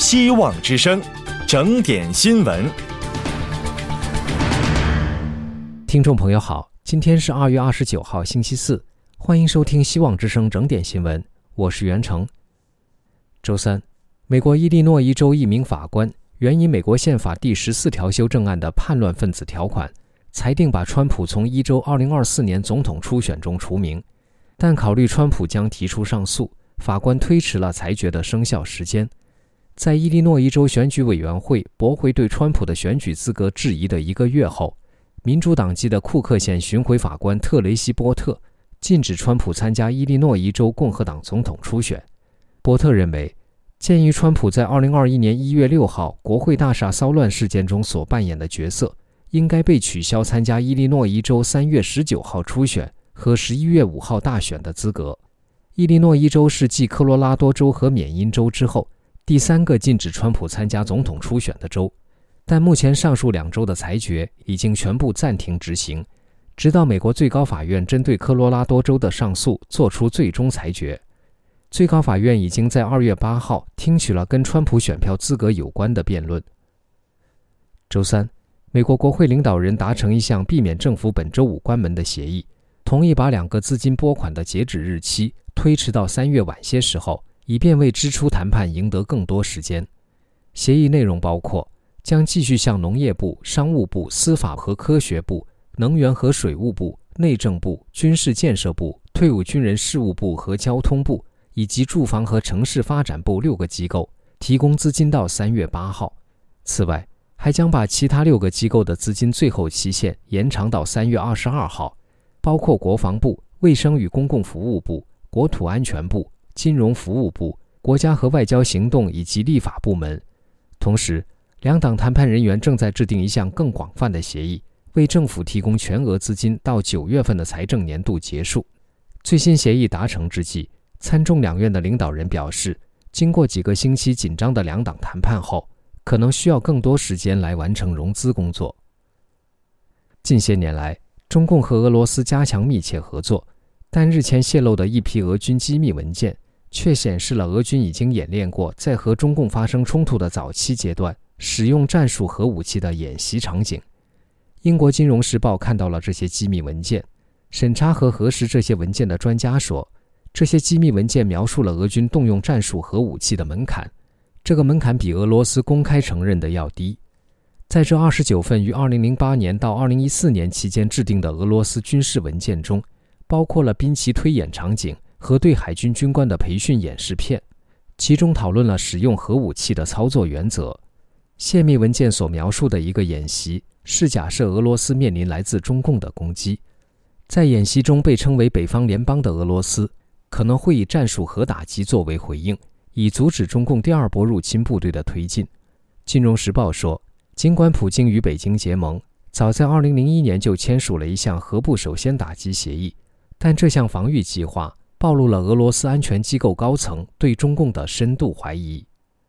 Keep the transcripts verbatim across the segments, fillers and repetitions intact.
希望之声，整点新闻。 听众朋友好，今天是二月二十九号星期四，欢迎收听希望之声整点新闻，我是袁成。周三，美国伊利诺伊州一名法官援引美国宪法第十四条修正案的叛乱分子条款，裁定把川普从一州二零二四年总统初选中除名，但考虑川普将提出上诉，法官推迟了裁决的生效时间。在伊利诺伊州选举委员会驳回对川普的选举资格质疑的一个月后，民主党籍的库克县巡回法官特雷西·波特禁止川普参加伊利诺伊州共和党总统初选。波特认为，鉴于川普在二零二一年一月六号国会大厦骚乱事件中所扮演的角色，应该被取消参加伊利诺伊州三月十九号初选和十一月五号大选的资格。伊利诺伊州是继科罗拉多州和缅因州之后第三个禁止川普参加总统初选的州，但目前上述两州的裁决已经全部暂停执行，直到美国最高法院针对科罗拉多州的上诉作出最终裁决。最高法院已经在二月八号听取了跟川普选票资格有关的辩论。周三，美国国会领导人达成一项避免政府本周五关门的协议，同意把两个资金拨款的截止日期推迟到三月晚些时候，以便为支出谈判赢得更多时间。协议内容包括将继续向农业部、商务部、司法和科学部、能源和水务部、内政部、军事建设部、退伍军人事务部和交通部以及住房和城市发展部六个机构提供资金到三月八号。此外，还将把其他六个机构的资金最后期限延长到三月二十二号，包括国防部、卫生与公共服务部、国土安全部、金融服务部、国家和外交行动以及立法部门。同时，两党谈判人员正在制定一项更广泛的协议，为政府提供全额资金到九月份的财政年度结束。最新协议达成之际，参众两院的领导人表示，经过几个星期紧张的两党谈判后，可能需要更多时间来完成融资工作。近些年来，中共和俄罗斯加强密切合作，但日前泄露的一批俄军机密文件却显示了俄军已经演练过在和中共发生冲突的早期阶段使用战术核武器的演习场景。英国金融时报看到了这些机密文件，审查和核实这些文件的专家说，这些机密文件描述了俄军动用战术核武器的门槛，这个门槛比俄罗斯公开承认的要低。在这二十九份于二零零八年到二零一四年期间制定的俄罗斯军事文件中，包括了兵棋推演场景和对海军军官的培训演示片，其中讨论了使用核武器的操作原则。泄密文件所描述的一个演习是假设俄罗斯面临来自中共的攻击，在演习中被称为北方联邦的俄罗斯可能会以战术核打击作为回应，以阻止中共第二波入侵部队的推进。金融时报说，尽管普京与北京结盟，早在二零零一年就签署了一项核部首先打击协议，但这项防御计划暴露了俄罗斯安全机构高层对中共的深度怀疑。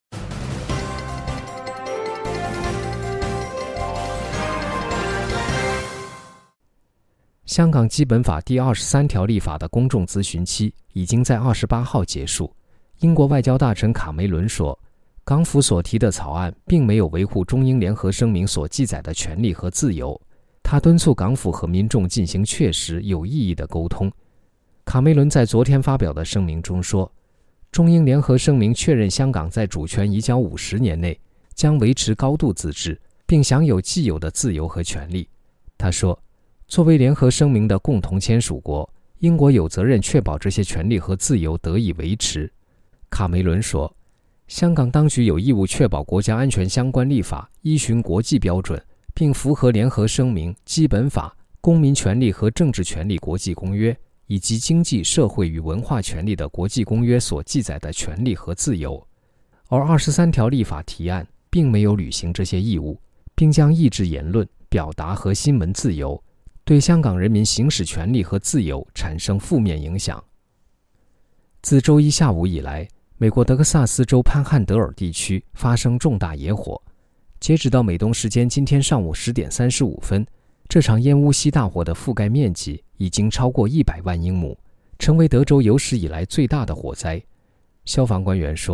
香港基本法第二十三条立法的公众咨询期已经在二十八号结束。英国外交大臣卡梅伦说，港府所提的草案并没有维护中英联合声明所记载的权利和自由。他敦促港府和民众进行确实有意义的沟通。卡梅伦在昨天发表的声明中说，中英联合声明确认香港在主权移交五十年内将维持高度自治，并享有既有的自由和权利。他说，作为联合声明的共同签署国，英国有责任确保这些权利和自由得以维持。卡梅伦说，香港当局有义务确保国家安全相关立法依循国际标准，并符合联合声明、基本法、公民权利和政治权利国际公约以及经济、社会与文化权利的国际公约所记载的权利和自由。而二十三条立法提案并没有履行这些义务，并将抑制言论、表达和新闻自由，对香港人民行使权利和自由产生负面影响。自周一下午以来，美国德克萨斯州潘汉德尔地区发生重大野火。截止到美东时间今天上午十点三十五分，这场烟雾系大火的覆盖面积已经超过一百万英亩，成为德州有史以来最大的火灾。消防官员说，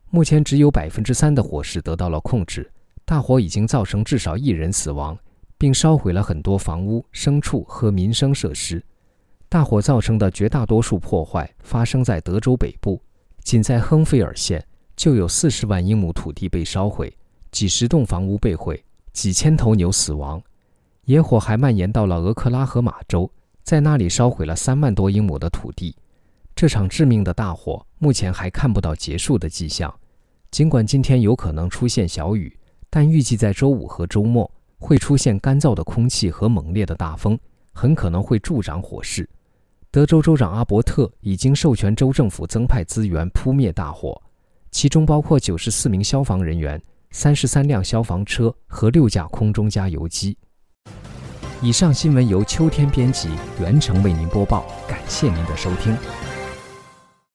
目前只有 百分之三 的火势得到了控制，大火已经造成至少一人死亡，并烧毁了很多房屋、牲畜和民生设施。大火造成的绝大多数破坏发生在德州北部，仅在亨菲尔县就有四十万英亩土地被烧毁，几十栋房屋被毁，几千头牛死亡。野火还蔓延到了俄克拉荷马州，在那里烧毁了三万多英亩的土地。这场致命的大火目前还看不到结束的迹象，尽管今天有可能出现小雨，但预计在周五和周末会出现干燥的空气和猛烈的大风，很可能会助长火势。德州州长阿伯特已经授权州政府增派资源扑灭大火，其中包括九十四名消防人员、三十三辆消防车和六架空中加油机。以上新闻由秋天编辑，袁成为您播报，感谢您的收听。